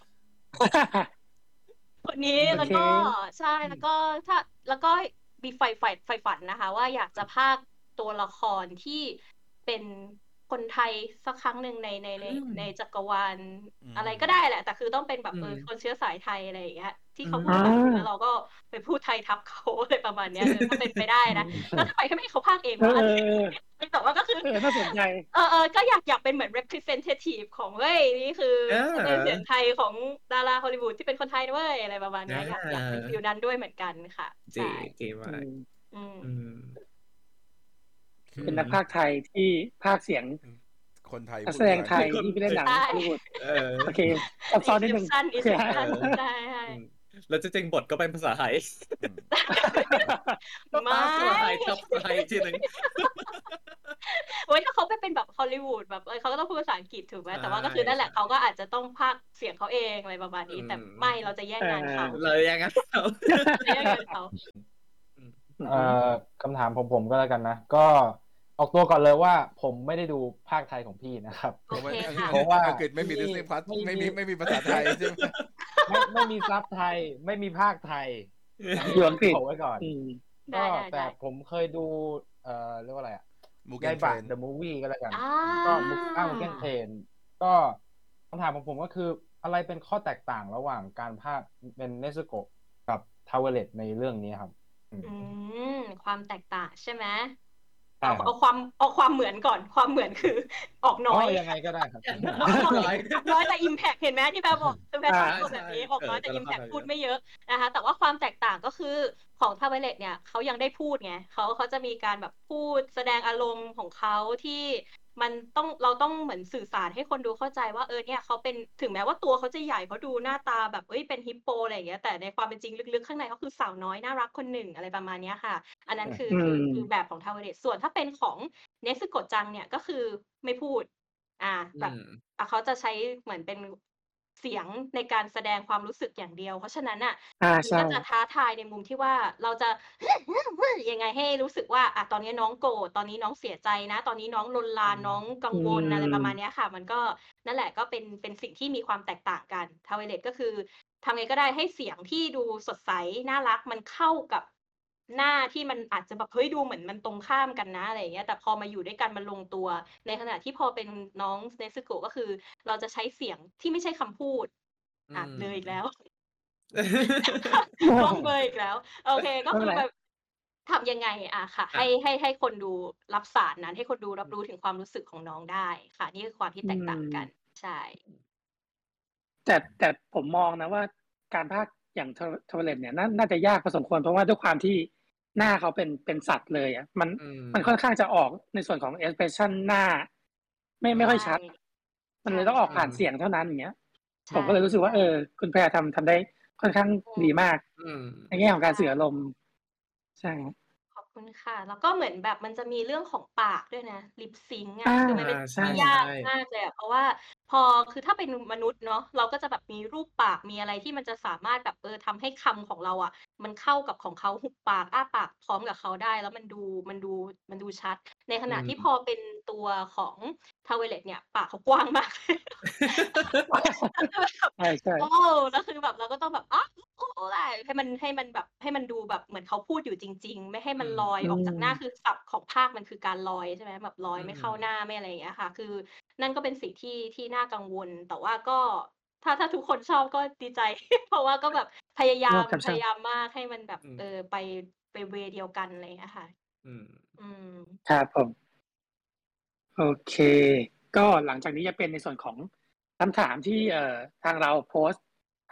คนนี้โอแล้วเคก็ ใช่อืมแล้วก็ถ้า แล้วก็มีใฝ่ ใฝ่ ใฝ่ฝันนะคะว่าอยากจะพากย์ตัวละครที่เป็นคนไทยสักครั้งหนึ่งใน ในอืใน ในมจักรวาลอือะไรก็มได้แหละ แต่คือต้องเป็นแบอืบ เออมคนเชื้อสายไทย อะไรอย่างเงี้ย ที่อืเขาพูดอภาษาอังกฤษ แล้าวเราก็ไปพูดไทยทับ เขา อะไรประมาณเนี้ย เออ ถ้าเป็นไปได้อืนะมแล้วทำไมไม่ให้เขาพากย์เองเออวะ อะไรๆแต่ว่าก็คือๆ เออ น่าสนใจเออ ๆ ก็อยาก อยากเป็นเหมือน representative ของ เฮ้ย นี่คืออแสดงเสียงาไทยของดาราฮอลลีวูดที่เป็นคนไทยนะเว้ย อะไรประมาณเอนี้ย อยาก อยากเป็นฟีลานั้นด้วยเหมือนกันค่ะดใชี่ดีมอืากมอืมอืมโอเคเป็นนักอืมพากย์ไทยที่พากย์เสียงอืม คนไทยนัพกูแดภาษสดงาอัไทยงกฤษที่ไปเล่นหนัใงช่ฮอลลีวูดเออโอเค ซับซ้อนนิดหนึ่ง Inception โอเค Inception ใช่อืมๆแล้วจริง ๆ บทก็เป็นภาษาไทยอืมก็ไมพา่กย์ภาษาไทยทับไทยอีกทีหนึ่งโอ๊ย ถ้าเขาไปเป็นแบบฮอลลีวูดแบบ เออ เขาก็ต้องพูดภาษาอังกฤษถูกไหม? ใแต่ว่าก็คือนั่นแหชละ่เขาก็ๆอาจจะต้องพากย์เสียงเขาเอง อะไรประมาณอืนี้ แต่มไม่ เราจะแย่งเอองานเขาเราแย่งงานเขาจะแย่งงานเขาอืมอือเอ่ฮึอ คำถามของผมก็แล้วกันนะ ก็ออกตัวก่อนเลยว่าผมไม่ได้ดูภาคไทยของพี่นะครับโอเคอังค่ะเพราะว่าอังกฤษไม่มีพี่ Disney Plus ไม่ไม่มีมี ไม่มีภาษาไทย ใช่ไหม? ไม่ ไม่มีซับไทย ไม่มีภาคไทย อันนี้อยู่อังกฤษบอกไว้ก่อนอืมไดก็้แต่ๆ ๆผมเคยดู เอ่อ เรียกว่าอะไรอะ Mugen ยายบะ Train The Movie ก็แล้วกันอาก็มุก อา Mugen Train ก็คำถามของผมก็คือ อะไรเป็นข้อแตกต่างระหว่างการพากย์เป็น Nezuko กับ Taweret ในเรื่องนี้ครับ? อืมอืม ความแตกต่างใช่ไหม? ใชเอ่าครัเอาบความ เอาความเหมือนก่อน ความเหมือนคือออกนอ๋้ออยยังไงก็ได้ครับอย่างออกน้อยน้อยออกน้อยแต่อิมแพก เห็นไหมที่แพรบอก คือแพรอาชอบคนใแชบ่บนี้ ออๆ เกออน้อยแตต่ัวอิละมแพกครทำเพยูอดะไม่เยอะนะคะ แต่ว่าความแตกต่างก็คือของ Taweret เนี่ยเขายังได้พูดไง เขา เขาจะมีการแบบพูดแสดงอารมณ์ของเขาที่มันต้อง เราต้องเหมือนสื่อสารให้คนดูเข้าใจว่า เออ เนี่ยเขาเป็น ถึงแม้ว่าตัวเขาจะใหญ่ เขาดูหน้าตาแบบ เฮ้ย เป็นฮิปโป อะไรอย่างเงี้ย แต่ในความเป็นจริงลึก ๆ ข้างในเขาคือสาวน้อยน่ารักคนหนึ่ง อะไรประมาณเนี้ยค่ะ อันนั้นคืออืคือ คือมแบบของ Taweret ส่วนถ้าเป็นของ Nezuko-chan เนี่ย ก็คือไม่พูด อ่าอืแบบมอ่า เขาจะใช้เหมือนเป็นเสียงในการแสดงความรู้สึกอย่างเดียว เพราะฉะนั้นน่ะอามัในชก็จะ่ท้าทายในมุมที่ว่าเราจะ ยังไงให้รู้สึกว่า อะ ตอนนี้น้องโกรธ ตอนนี้น้องเสียใจนะ ตอนนี้น้องรนอืราน น้องมกัองืวล อะไรประมาณมเนี้ยค่ะ มันก็ นั่นแหละ ก็เป็น เป็นสิ่งที่มีความแตกต่างกัน Taweret ก็คือทำไงก็ได้ให้เสียงที่ดูสดใส น่ารัก มันเข้ากับหน้าที่มันอาจจะแบบ เฮ้ย ดูเหมือนมันตรงข้ามกันนะ อะไรอย่างเงี้ย แต่พอมาอยู่ด้วยกันมันลงตัว ในขณะที่พอเป็นน้อง Nezuko ก็คือเราจะใช้เสียงที่ไม่ใช่คำพูดอือ่า เบลออีกแล้วมกล้องเบลออีกแล้ว โอเค ก็ไม่เคป็ืนไรอแบบทำยังไง อ่า ค่ะอให้าให้ ให้คนดูรับสารนั้น ให้คนดูรับรู้ถึงความรู้สึกของน้องได้ค่ะ นี่คือความที่อืแตกต่างกันมใช่แต่ แต่ผมมองนะว่า การพากย์อย่าง Taw Taweret เนี่ย น่า น่าจะยากพอสมควร เพราะว่าด้วยความที่หน้าเขาเป็น เป็นสัตว์เลยอะ มันอืมันค่อนมข้างจะออกในส่วนของ expression หน้า ไม่ใชไม่่ค่อยชัด มัในชเลยต้องออ่กผ่านเสีๆยงเท่านั้น อย่างเงี้ยใชผมก็เลยรู้สึกว่า่เอๆอ คุณแพรทำ ทำได้ค่อนข้างอืมดีมากอืมในแง่ของใชการสื่ออ่ารมณ์ ใช่ครับขอบคุณค่ะ แล้วก็เหมือนแบบมันจะมีเรื่องของปากด้วยนะ Lip Sync ออะาคือมันเป็นใสิ่ชงที่ยา่กๆมากเลยอะ เพราะว่าพอ คือถ้าเป็นมนุษย์เนาะ เราก็จะแบบมีรูปปาก มีอะไรที่มันจะสามารถแบบ เออ ทำให้คำของเราอะมันเข้ากับของเขา หุบปาก อ้าปากพร้อมกับเขาได้ แล้วมันดู มันดู มันดูชัด ในขอืณะที่พมอเป็นตัวของ Taweret เนี่ย ปากเขากว้างมาก เลย แล้วคือแบบใช่โอ้ๆแล้วคือแบบเราก็ต้องแบบ อ๊ะ อุไร ให้มัน ให้มันแบบ ให้มันดูแบบเหมือนเขาพูดอยู่จริง ๆ ไม่ให้อืมันลอยอืออกจากหน้ามคือศัพท์ของพากย์มันคือการลอย ใช่ไหม แบบลออืยไม่เข้าหมน้า ไม่อะไรอย่างเงี้ยค่ะ คือนั่นก็เป็นสิ่งที่ ที่น่ากังวล แต่ว่าก็ ถ้า ถ้าทุกคนชอบก็ดีใจ เพราะว่าก็แบบพยายาม พยายามมากให้มันแบบอืมเออ ไป ไปเวย์เดียวกัน อะไรอย่างเงี้ยค่ะอืมอืมครับผม โอเค ก็หลังจากนี้จะเป็นในส่วนของคำถามที่ เอ่อ ทางเราโพสต์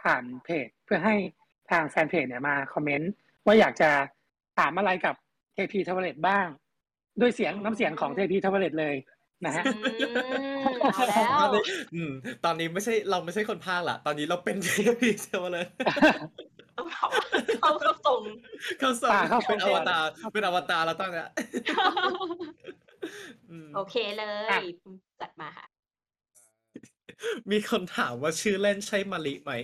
ผ่านเพจเพื่อให้ทางแฟนเพจเนี่ยมาคอมเมนต์ว่าอยากจะถามอะไรกับ เท พี Toilet บ้างด้วยเสียงน้ำเสียงของ เท พี Toilet เลยนะฮะอืมเอาแล้ตอวนนี้อืมตอนนี้ไม่ใช่เราไม่ใช่คนพากย์ละตอนนี้เราเป็น เท พี เซลเลยต้องเขาเขาเขาส่งเขาส่งป่าเข้าเป็นอส่งวตารเป็นอวตารแล้วตอนเนี้ยอืมโอเคเลอ่ะย จัดมาค่ะมีคนถามว่าชื่อเล่นใช่มะลิไหม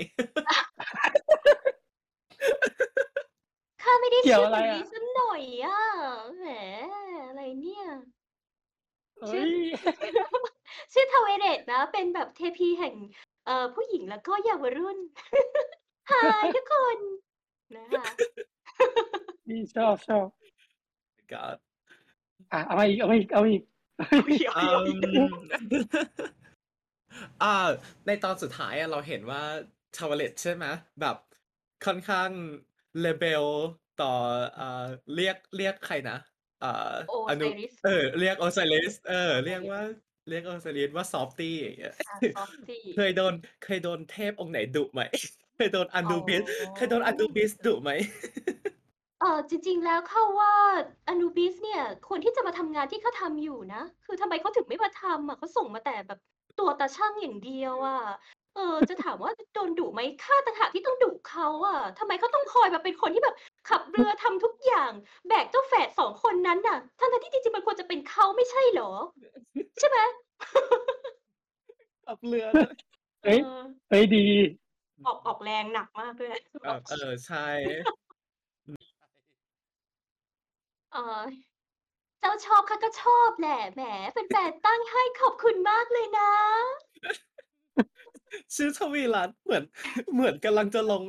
ข้าไม่ได้เกี่ยวชื่ออะไรมะอ่ะลิสักหน่อยอะแหมอะไรเนี่ยเอ้ชื่อยชื่อ Toilet นะ เป็นแบบเทพีแห่งเอ่อผู้หญิงแล้วก็เยาวรุ่น Hi ทุกคนนะคะนี่ชอบชอบ God อ่ะเอามาอีกเอามาอีกเอามาอีกเดี๋ยวอืเดี๋ยวม อ่าในตอนสุดท้ายอะเราเห็นว่าชาวเลตใช่ไหมแบบค่อนข้างเลเบลต่ออ่าเรียกเรียกใครนะอ่าอนุ Osiris เออเรียกโอไซริสเออ เรียก Osiris ว่าเรียกโอไซริสว่าซอฟตี้อย่างเงี้ยอ่า Softie เคยโดนเคยโดนเทพองค์ไหนดุไหม เคยโดนอันอ๋ดูบิสเคยโดนอันดูอบิสดุไหมเออจริง ๆ แล้วเข้าว่า Anubis เนี่ยควรที่จะมาทำงานที่เขาทำอยู่นะ คือทำไมเขาถึงไม่มาทำอะเขาส่งมาแต่แบบตัวตาชั่งอย่างเดียวอะเออ จะถามว่าโดนดุไหมข้าต่างหากที่ต้องดุเขาอะทำไมเขาต้องคอยแบบเป็นคนที่แบบขับเรือทำทุกอย่าง แบกเจ้าแฝดสองคนนั้นน่ะทั้งๆที่จริงๆมันควรจะเป็นเขาไม่ใช่เหรอ ใช่ไหมขับเรือนะเอเฮ้ยอเฮ้ยดีออกออกแรงหนักมากด้วยเออเออใช่เออเจ้าชอบข้าก็ชอบแหละ แหมแฟนๆตั้งให้ขอบคุณมากเลยนะชื่อทวีรัตน์เหมือนเหมือนกำลังจะลง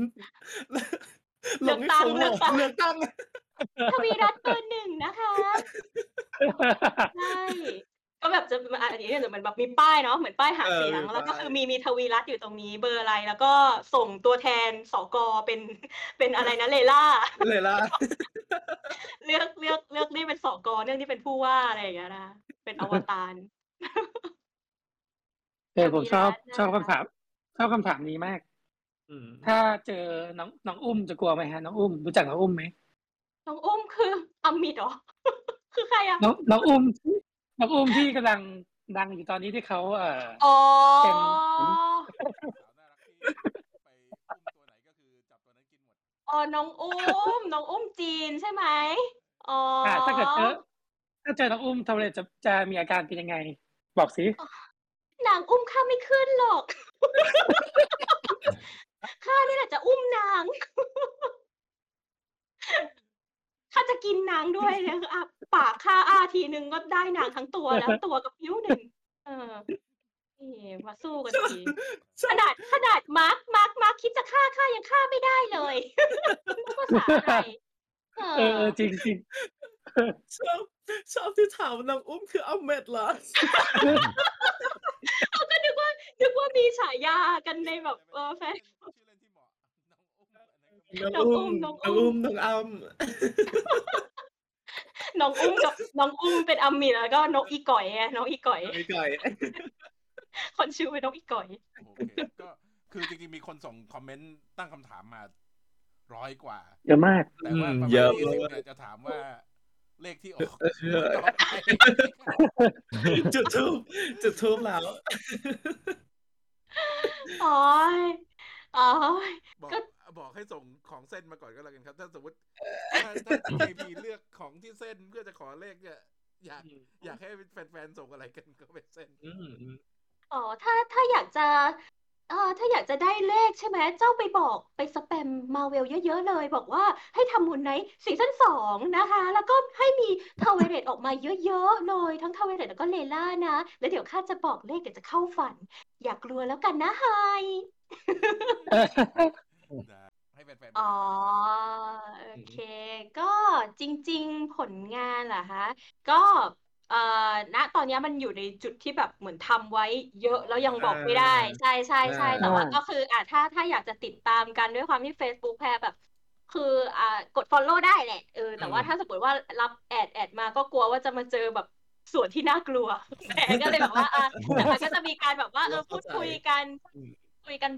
ลเลือง กให้ตั้เขางโหวเลือกตตั้งเลือกตั้งทวีรัตน์เบอร์หนึ่งนะคะ ใช่ ก็แบบจะมาอันนี้เนี่ยเหมือนแบบมีป้ายเนาะเหมือนป้ายหาเออเสียงมีแล้วก็ป้ายคือมีมีทวีรัตน์อยู่ตรงนี้เบอร์อะไร แล้วก็ส่งตัวแทนสกเป็น เป็นอะไรนะเลล่าเลยล่ะเลือกเลือกเลือกนี่เป็นสกเลือกนี่เป็นผู้ว่าอะไรอย่างเงี้ยนะคะเป็นอวตารเออผมชอบทวีรัตน์ชอบน่ารักคำถาม ชอบคำถามนี้มากอืมถ้าเจอน้องน้องอุ้มจะกลัวไหมฮะน้องอุ้มรู้จักน้องอุ้มไหมน้องอุ้มคืออัมมิดเหรอ คือใครอะน้องน้องอุ้มน้องอุ้มที่กำลังดังอยู่ตอนนี้ที่เขาเอ่ออ๋อเป็นอ๋อ น้องอุ้ม น้องอุ้มจีนใช่ไหม อ๋ออ่าถ้าเกิดเจอ ถ้าเจอน้องอุ้มทำอะไรจะจะมีอาการเป็นยังไง บอกสินางอุ้มข้าไม่ขึ้นหรอก ข้านี่แหละจะอุ้มนาง ข้าจะกินนางด้วยเนี่ยคืออ่ะปากข้าอ้าทีนึงก็ได้นางทั้งตัวแล้ว ตัวกับนิ้วหนึ่งเออนี่มาสู้กันที ขนาดขนาดมาร์คมาร์คมาร์คคิดจะฆ่าข้ายังฆ่าไม่ได้เลย นับภาษาอะไร เอเอออเออจริงจริงชอบชอบที่ถามน้องอุ้มคืออัมเมดเหรอเขาก็นึกว่านึกว่ามีฉายากันในแบบเออแฟนน้องอุ้มน้น้ออง งอุ้อุ้มมน้องอ้ำน้องอุ้มกับน้องอุ้มเป็นอัมมิแล้วก็นกอีก่อยไงนกอีก่อยน้องอีก่อยคนชื่อเป็นนกอีก่อยโอเคก็คือจริงๆมีคนส่งคอมเมนต์ตั้งคำถามมาร้อยกว่าเยอะมากแต่ว่าประเยมาณอะยี่สิบเนี่ยจะถามว่าเลขที่ออกเออต่อไปจุดทูบจุดทูบแล้วอ๋ออ๋อบอกก็บอกให้ส่งของเส้นมาก่อนก็แล้วกันครับ ถ้าสมมติถ้าถ้า เอ พี เลือกของที่เส้นเพื่อจะขอเลขเนี่ยอยากอยากให้แฟนๆส่งอะไรกันก็เป็นเส้นอืมอืมอ๋อถ้าถ้าอยากจะเอ่อถ้าอยากจะได้เลขใช่ไหมเจ้าไปบอกไปสแปมมาเวลเยอะๆเลย บอกว่าให้ทำมูลไนท์ซีซั่นสองนะคะ แล้วก็ให้มีทาวเวเรตออกมาเยอะๆเลยทั้งทาวเวเรตแล้วก็เลล่านะ แล้วเดี๋ยวข้าจะบอกเลขเดี๋ยวจะเข้าฝัน อย่ากลัวแล้วกันนะไฮให้แฟนๆอ๋อโอเค ก็จริงๆผลงานเหรอคะก็เอ่อณตอนนี้มันอยู่ในจุดที่แบบเหมือนทำไว้เยอะแล้วยังบอกไม่ได้ ใช่ใช่ใช่แต่ว่าก็คืออ่ะถ้าถ้าอยากจะติดตามกันด้วยความที่ Facebook แพรแบบ คืออ่ากด follow ได้แหละเออแต่ว่าถ้าสมมติว่ารับแอดแอดมาก็กลัวว่าจะมาเจอแบบส่วนที่น่ากลัวแพรก็เลยแบบว่าอ่ะแต่มันก็จะมีการแบบว่าเออพูดคุยกัน คุยกันแบบ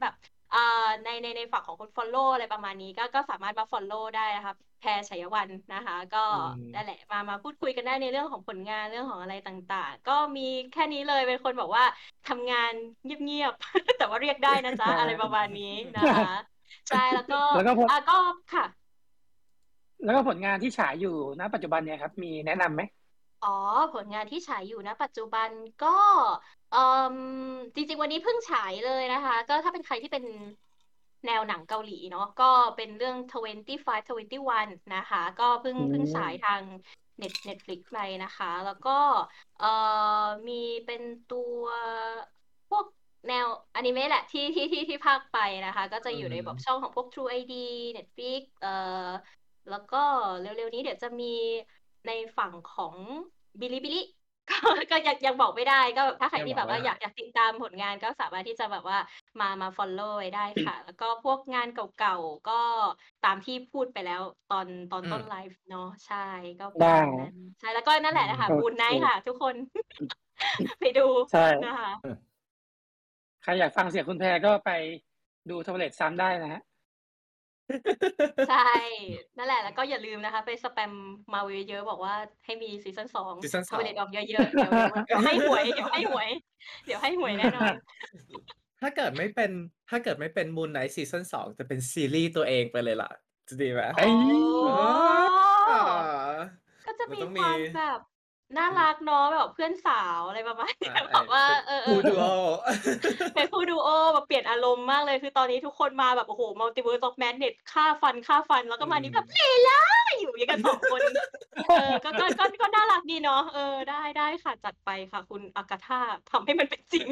อ่าในในในฝั่งของคน follow อะไรประมาณนี้ก็ก็สามารถมา follow ได้นะคะแพรชัยวรรณนะคะ ก็อืมนั่นแหละมามาพูดคุยกันได้ในเรื่องของผลงานเรื่องของอะไรต่างๆ ก็มีแค่นี้เลยเป็นคนบอกว่าทำงานเงียบๆ แต่ว่าเรียกได้นะจ๊ะ อะไรประมาณนี้นะคะ ใช่แล้วก็แล้วก็ผลอ่ะก็ค่ะแล้วก็ผลงานที่ฉายอยู่ณปัจจุบันเนี่ยครับ มีแนะนำไหมอ๋อผลงานที่ฉายอยู่ณปัจจุบันก็เอ่มจริงๆวันนี้เพิ่งฉายเลยนะคะ ก็ถ้าเป็นใครที่เป็นแนวหนังเกาหลีเนาะก็เป็นเรื่องยี่สิบห้า ยี่สิบเอ็ดนะคะ ก็เพิ่งอืมเพิ่งฉายทางเน็ต Netflix ไปนะคะ แล้วก็เอ่อมีเป็นตัวพวกแนวอนิเมะแหละที่ที่ที่ที่ภาคไปนะคะ ก็จะอยู่ในแบบช่องของพวก True ไอ ดี Netflix เอ่อแล้วก็เร็วๆนี้เดี๋ยวจะมีในฝั่งของบิลิบิลิ ก็ก็ยังยังบอกไม่ได้ก็แบบถ้าใครยังที่บแบอก บไม่ว่าอได้ยากอยากติดตามผลงานก็สามารถที่จะแบบว่ามามา follow ไว้ได้ค่ะ แล้วก็พวกงานเก่าๆ ก็ตามที่พูดไปแล้วตอนตอนอืต้มนไลฟ์เนาะใช่ก็ปได้ระมาณนั้น ใช่แล้วก็นั่นอืแหละนะมคะโอ Moon เค Knight ค่ะ ทุกคน ไปดูใช่นะคะใครอยากฟังเสียงคุณแพรก็ไปดู Twilight ซ้ำได้นะฮะใช่ นั่นแหละ แล้วก็อย่าลืมนะคะ ไปสแปม Marvel เยอะ ๆ บอกว่าให้มีซีซั่น สองซีซั่น สอง Twilight ออกเยอะ ๆ เดี๋ยวเดี๋ยวเดี๋ยวให้หวย เดี๋ยวให้หวย เดี๋ยวให้หวยแน่นอนถ้าเกิดไม่เป็น ถ้าเกิดไม่เป็น Moon Knight ซีซั่น สอง จะเป็นซีรีส์ตัวเองไปเลยล่ะ จะดีไหม? เอ้ยเออก็จะมันมีต้องคมีวามแบบน่าอืมรักเนาะ แบบเพื่อนสาวอะไรประ มาณใช่เนี้ย แบบว่าเป็นเออคู่ๆ duo เป็นคู่ duo แบบเปลี่ยนอารมณ์มากเลย คือตอนนี้ทุกคนมาแบบ โอ้โฮ Multiverse of Madness ฆ่าฟัน ๆ แล้วอก็ืมานี่แบบม "เลล่า" อยู่อย่างกัน สอง คน เออ ก็ ก็ ก็ ก็น่ารักดีเนาะ เออ ได้ ได้ค่ะ จัดไปค่ะคุณ Agatha ทำให้มันเป็น จริง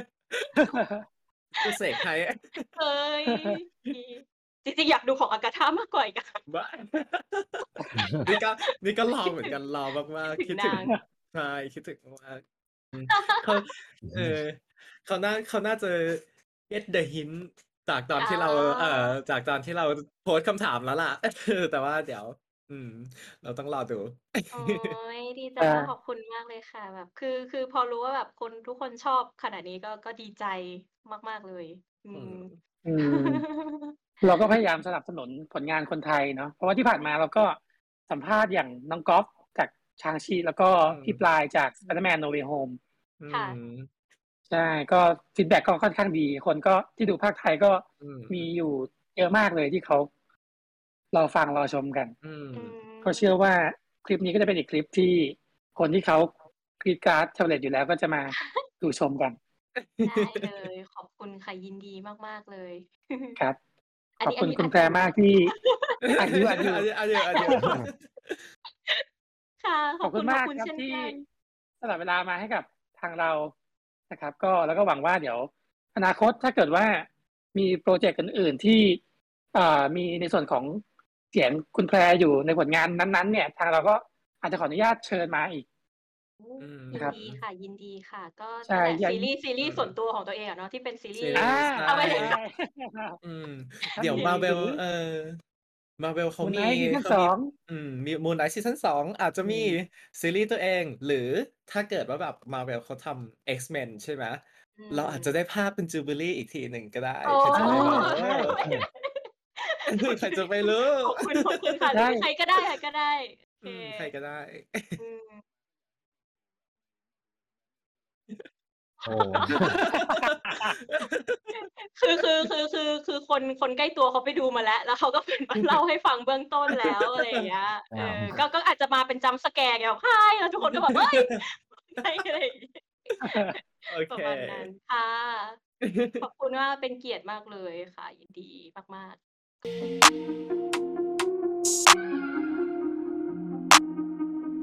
จะเสกให้เฮ้ย จริง ๆ อยากดูของ Agatha มากกว่าอีกอะบ้า นี่ก็ นี่ก็รอคิดเหมือถึนงกัน รอมากคิดๆถคึิงดนถึางงใช่ คิดถึงมาก ๆ อืม เขา เออ เขาน่า เขาน่าจะ get the hint จากตอนอ๋ที่เรา เอ่ออจากตอนที่เราโพสต์คำถามแล้วล่ะ เออ แต่ว่าเดี๋ยว อืม เราต้องรอดูโอ๊ย ดีใจอามาก ขอบคุณมากเลยค่ะ แบบคือ คือพอรู้ว่าแบบคนทุกคนชอบขนาดนี้ ก็ ก็ดีใจมาก ๆ เลย อือืมมอืม เราก็พยายามสนับสนุนผลงานคนไทยเนาะ เพราะว่าที่ผ่านมาเราก็สัมภาษณ์อย่างน้องก๊อฟจาก Shang-Chi แล้วก็อืมพี่ปลายจาก Spider-Man No Way Home อืค่ะมใช่ ก็ฟีดแบ็กก็ค่อนข้างดี คนก็ที่ดูภาคไทยก็อืมมีอยู่เยอะมากเลยที่เขา รอฟังรอชมกันอืมอืมก็เชื่อว่าคลิปนี้ก็จะเป็นอีกคลิปที่คนที่เขากรี๊ดกราด Twilight อยู่แล้วก็จะมาดูชมกันได้เลย ขอบคุณค่ะ ยินดีมาก ๆ เลยครับอันขอนี้บอคัุนณนี้คุอัณดแพรอยู่มากที่ อัดอยู่ อัดอยู่อัดอยู่ อัดอยู่ อัดอยู่ค่ะ ขขออบบคุคุณณขอมาบกคุณครัเชบ่นที่กันสละเวลามาให้กับทางเรานะครับ ก็ แล้วก็หวังว่าเดี๋ยวอนาคตถ้าเกิดว่ามีพรอเจกต์อื่น ๆ ที่ อ่า มีในส่วนของเสียงคุณแพรอยู่ในผลงานนั้น ๆ เนี่ย ทางเราก็อาจจะขออนุญาตเชิญมาอีกโอ้อืมยิคน รับดีค่ะ ยินดีค่ะ ก็ใช่นั่นแหละอย่าซีรีส์ ซีรอีืส์ส่วนมตัวของตัวเองอะเนาะ ที่เป็นซีรีซีส์รีอาส์ ใช่เอาไว้ใช่อืมถ้าเดี๋ยวมี ห Marvel รือเออ Marvel เขา Moon มี Knight ซีซั่นเขาสอมีงอืม มี Moon Knight ซีซั่น สอง อาจจะอืมีมซีรีส์ตัวเอง หรือถ้าเกิดว่าแบบ Marvel เขาทำ X-Men ใช่ไหมอืเราอาจจะมได้ภาคเป็น Jubilee อีกทีหนึ่งก็ได้โอ้ใครจะอาไปรู้ ใครจะไปรู้ขอบคุณ ขอบคุณค่ะ หใชรื่อใครก็ได้ค่ะ ก็ได้ โอเคอืม ใครก็ได้อืมโอ้คือ คือ คือ คือ คือคน คนใกล้ตัวเขาไปดูมาแล้ว แล้วเขาก็ เหมือน มาเล่าให้ฟังเบื้องต้นแล้ว อะไรอย่างเงี้ยคเอรับอ ก็ ก็อาจจะมาเป็น jump scare ไงแบบ Hi แล้วทุกคนก็แบบ เฮ้ย ใช่ อะไรอย่างงี้โอปเคระมาณนั้น ค่ะ ขอบคุณมาก เป็นเกียรติมากเลยค่ะ ยินดีมาก ๆ